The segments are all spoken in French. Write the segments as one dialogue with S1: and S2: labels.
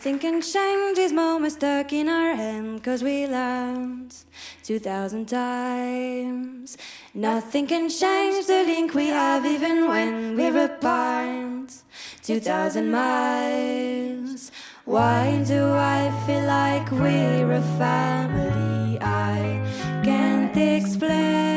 S1: Nothing can change these moments stuck in our hand, 'cause we learned 2,000 times. Nothing can change the link we have even when we're apart 2,000 miles. Why do I feel like we're a family? I can't explain.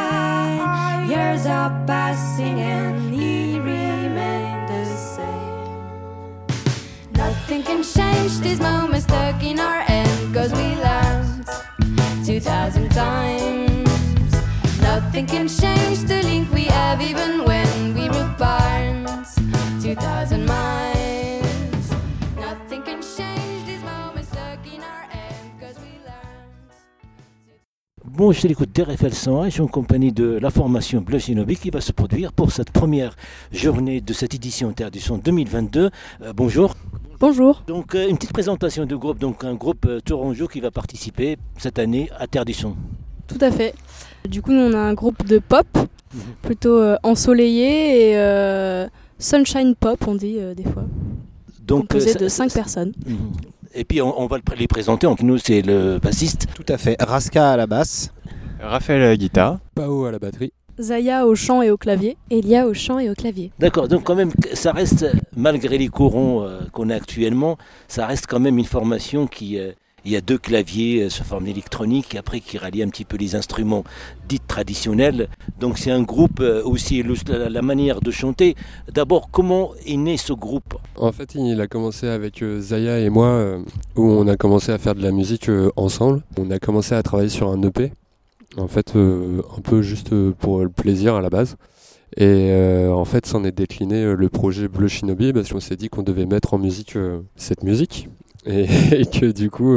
S1: Years are passing and he remained the same. Nothing can change these moments stuck in our head, 'cause we learned 2,000 times. Nothing can change the link we have even when we were apart 2,000 miles. Nothing can change these moments stuck in our head, 'cause we learned.
S2: Bon, je suis à l'écoute d'RFL 101, je suis en compagnie de la formation Bleu Shinobi qui va se produire pour cette première journée de cette édition Terre du Son 2022. Bonjour.
S3: Bonjour.
S2: Donc une petite présentation de groupe, donc un groupe tourangeau qui va participer cette année à Terre du Son.
S3: Tout à fait. Du coup, nous, on a un groupe de pop, plutôt ensoleillé et sunshine pop, on dit des fois. Donc, composé de 5 personnes.
S2: Et puis on va les présenter. Donc, nous, c'est le bassiste.
S4: Tout à fait. Raska à la basse.
S5: Raphaël à la guitare.
S6: Pao à la batterie.
S3: Zaya au chant et au clavier.
S7: Elia au chant et au clavier.
S2: D'accord, donc quand même, ça reste, malgré les courants qu'on a actuellement, ça reste quand même une formation qui... il y a 2 claviers sous forme électronique, après qui rallient un petit peu les instruments dits traditionnels. Donc c'est un groupe aussi, la manière de chanter. D'abord, comment est né ce groupe ?
S6: En fait, il a commencé avec Zaya et moi, où on a commencé à faire de la musique ensemble. On a commencé à travailler sur un EP, en fait, un peu juste pour le plaisir à la base. Et en fait, s'en est décliné le projet Bleu Shinobi, parce qu'on s'est dit qu'on devait mettre en musique cette musique. Et que du coup,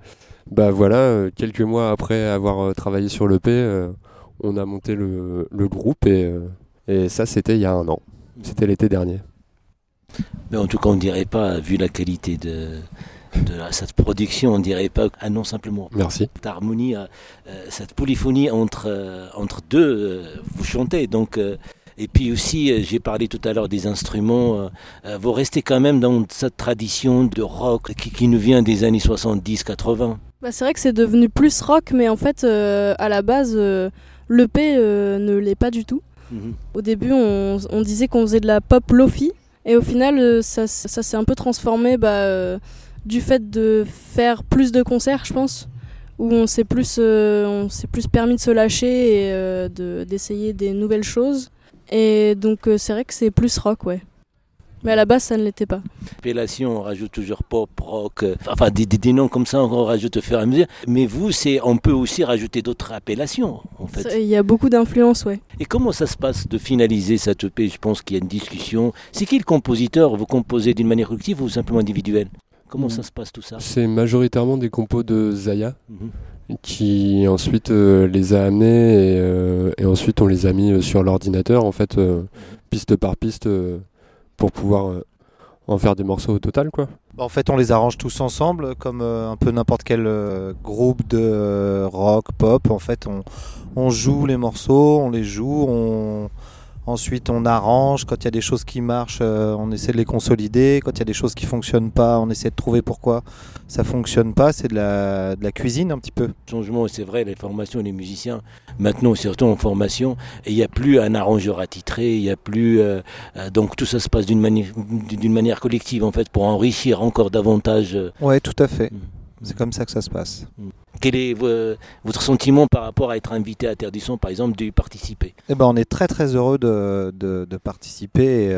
S6: quelques mois après avoir travaillé sur l'EP, on a monté le groupe et ça c'était il y a 1 an, c'était l'été dernier.
S2: Mais en tout cas on ne dirait pas, vu la qualité de cette production, on ne dirait pas non simplement.
S6: Merci.
S2: Cette harmonie, cette polyphonie entre deux, vous chantez donc... Et puis aussi, j'ai parlé tout à l'heure des instruments, vous restez quand même dans cette tradition de rock qui nous vient des années 70-80.
S3: C'est vrai que c'est devenu plus rock, mais en fait, à la base, l'EP ne l'est pas du tout. Au début, on disait qu'on faisait de la pop lofi, et au final, ça s'est un peu transformé du fait de faire plus de concerts, je pense, où on s'est plus permis de se lâcher et d'essayer des nouvelles choses. Et donc c'est vrai que c'est plus rock, ouais. Mais à la base ça ne l'était pas.
S2: Appellation, on rajoute toujours pop, rock, enfin des noms comme ça on rajoute au fur et à mesure. Mais vous, on peut aussi rajouter d'autres appellations en fait.
S3: Il y a beaucoup d'influences, ouais.
S2: Et comment ça se passe de finaliser cette EP ? Je pense qu'il y a une discussion. C'est qui le compositeur ? Vous composez d'une manière collective ou simplement individuelle ? Comment ça se passe tout ça ?
S6: C'est majoritairement des compos de Zaya. Qui ensuite les a amenés et ensuite on les a mis sur l'ordinateur en fait piste par piste pour pouvoir en faire des morceaux au total quoi.
S4: En fait on les arrange tous ensemble comme un peu n'importe quel groupe de rock, pop. En fait on joue les morceaux, on les joue, ensuite on arrange. Quand il y a des choses qui marchent, on essaie de les consolider. Quand il y a des choses qui ne fonctionnent pas, on essaie de trouver pourquoi ça ne fonctionne pas. C'est de la cuisine un petit peu.
S2: Changement, c'est vrai, les formations, les musiciens, maintenant surtout en formation, il n'y a plus un arrangeur attitré, il n'y a plus... donc tout ça se passe d'une manière collective en fait, pour enrichir encore davantage.
S4: Oui, tout à fait. C'est comme ça que ça se passe.
S2: Quel est votre sentiment par rapport à être invité à Terre du Son, par exemple, de participer ?
S4: On est très très heureux de participer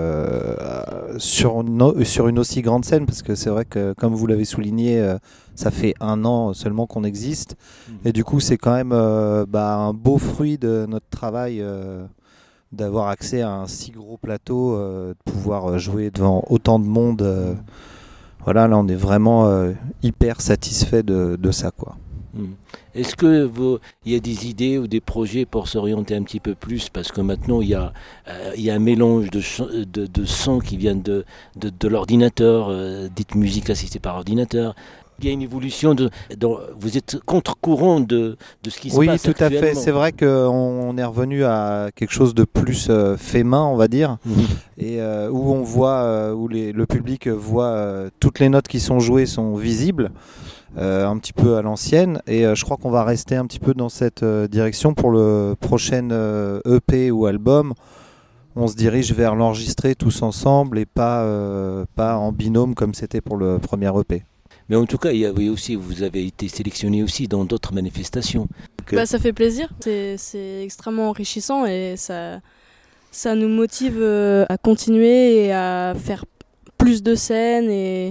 S4: sur une aussi grande scène, parce que c'est vrai que, comme vous l'avez souligné, ça fait 1 an seulement qu'on existe. Et du coup, c'est quand même un beau fruit de notre travail d'avoir accès à un si gros plateau, de pouvoir jouer devant autant de monde. Voilà, là on est vraiment hyper satisfait de ça, quoi.
S2: Est-ce que il y a des idées ou des projets pour s'orienter un petit peu plus ? Parce que maintenant il y a un mélange de sons qui viennent de l'ordinateur, dite musique assistée par ordinateur. Il y a une évolution, vous êtes contre-courant de ce qui se
S4: Oui,
S2: passe
S4: tout à
S2: actuellement.
S4: fait. C'est vrai qu'on est revenu à quelque chose de plus fait main, on va dire, et où on voit, le public voit toutes les notes qui sont jouées sont visibles, un petit peu à l'ancienne. Et je crois qu'on va rester un petit peu dans cette direction pour le prochain EP ou album. On se dirige vers l'enregistrer tous ensemble et pas en binôme comme c'était pour le premier EP.
S2: Mais en tout cas, vous avez été sélectionné aussi dans d'autres manifestations.
S3: Ça fait plaisir, c'est extrêmement enrichissant et ça nous motive à continuer et à faire plus de scènes et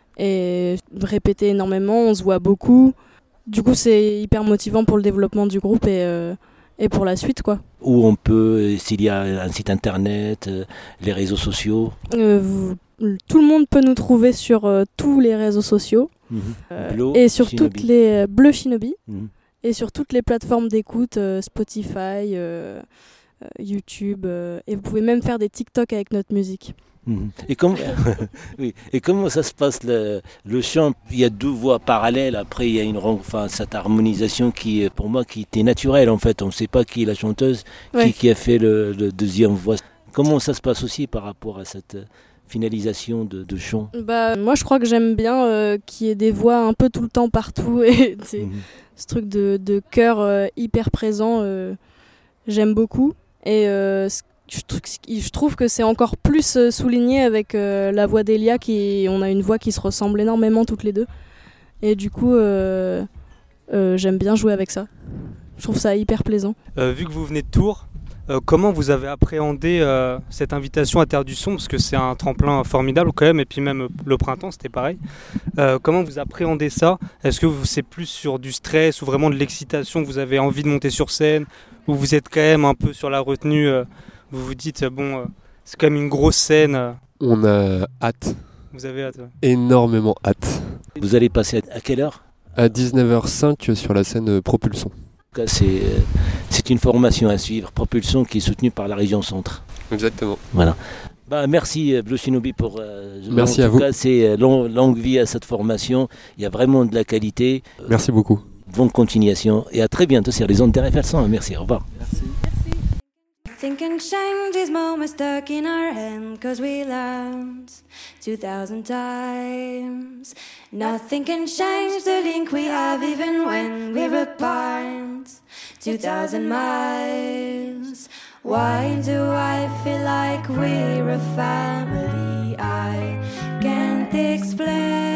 S3: répéter énormément, on se voit beaucoup. Du coup, c'est hyper motivant pour le développement du groupe et pour la suite, quoi.
S2: Où on peut, s'il y a un site internet, les réseaux sociaux.
S3: Tout le monde peut nous trouver sur tous les réseaux sociaux et sur
S2: Shinobi.
S3: toutes les Bleu Shinobi
S2: Mm-hmm.
S3: et sur toutes les plateformes d'écoute, Spotify, YouTube, et vous pouvez même faire des TikTok avec notre musique.
S2: Et, et comment ça se passe le chant? Il y a deux voix parallèles, après il y a cette harmonisation qui, pour moi, qui était naturelle en fait. On ne sait pas qui est la chanteuse, qui a fait le deuxième voix. Comment ça se passe aussi par rapport à cette finalisation de chant?
S3: Moi je crois que j'aime bien qu'il y ait des voix un peu tout le temps partout et ce truc de chœur hyper présent, j'aime beaucoup. Et je trouve que c'est encore plus souligné avec la voix d'Elia, on a une voix qui se ressemble énormément toutes les deux. Et du coup, j'aime bien jouer avec ça. Je trouve ça hyper plaisant.
S5: Vu que vous venez de Tours, comment vous avez appréhendé cette invitation à Terre du Son? Parce que c'est un tremplin formidable quand même, et puis même le printemps c'était pareil. Comment vous appréhendez ça? Est-ce que c'est plus sur du stress ou vraiment de l'excitation que vous avez envie de monter sur scène? Ou vous êtes quand même un peu sur la retenue, vous vous dites c'est quand même une grosse scène.
S6: On a hâte.
S5: Vous avez hâte?
S6: Énormément hâte.
S2: Vous allez passer à quelle heure?
S6: À 19h05 sur la scène Propulson.
S2: C'est une formation à suivre, Propulsion, qui est soutenue par la région Centre.
S6: Exactement.
S2: Voilà. Merci Bleu Shinobi pour.
S6: Merci à vous.
S2: En tout cas, c'est longue vie à cette formation. Il y a vraiment de la qualité.
S6: Merci beaucoup.
S2: Bonne continuation et à très bientôt sur les ondes de RFL 100. Merci, au revoir.
S5: Merci.
S1: Nothing can change these moments stuck in our hand, 'cause we learned 2,000 times. Nothing can change the link we have even when we're apart 2,000 miles. Why do I feel like we're a family? I can't explain.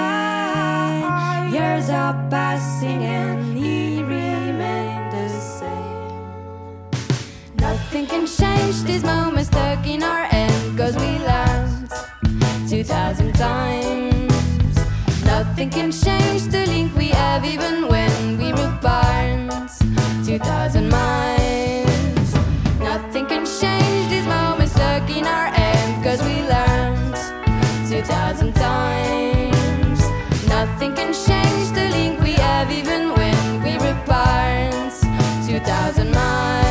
S1: Years are passing and he remained the same. Nothing can change these moments stuck in our end, 'cause we laughed 2,000 times. Nothing can change the link we have even when we were apart 2,000 miles. Nothing can change these moments stuck in our end, 'cause we learned 2,000 times. Nothing can change the link we have even when we were apart 2,000 miles.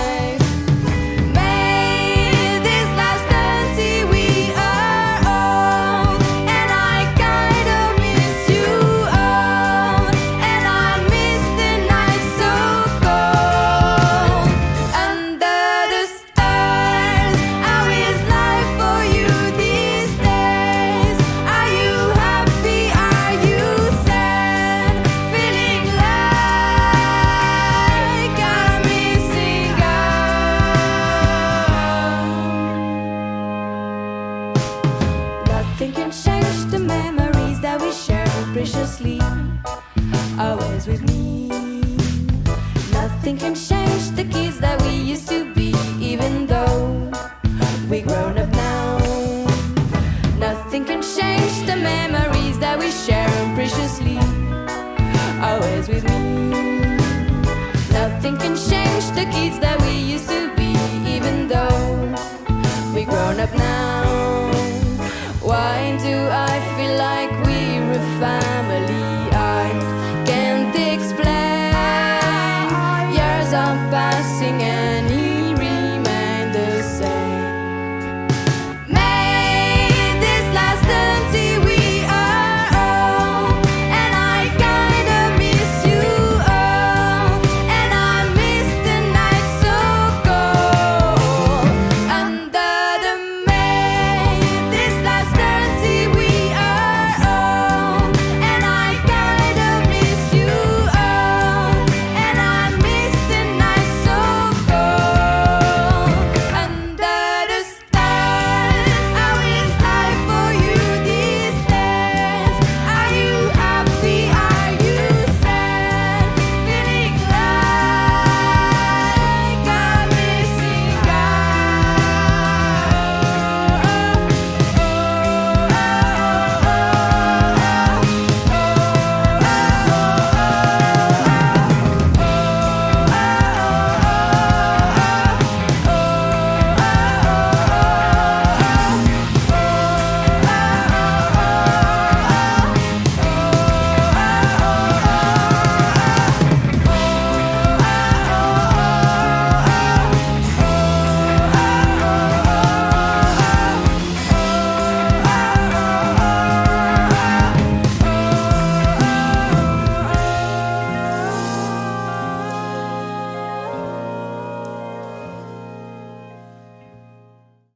S1: Nothing can change the memories that we share preciously, always with me. Nothing can change the kids that we used to be, even though we're grown up now. Nothing can change the memories that we share preciously, always with me. Nothing can change the kids that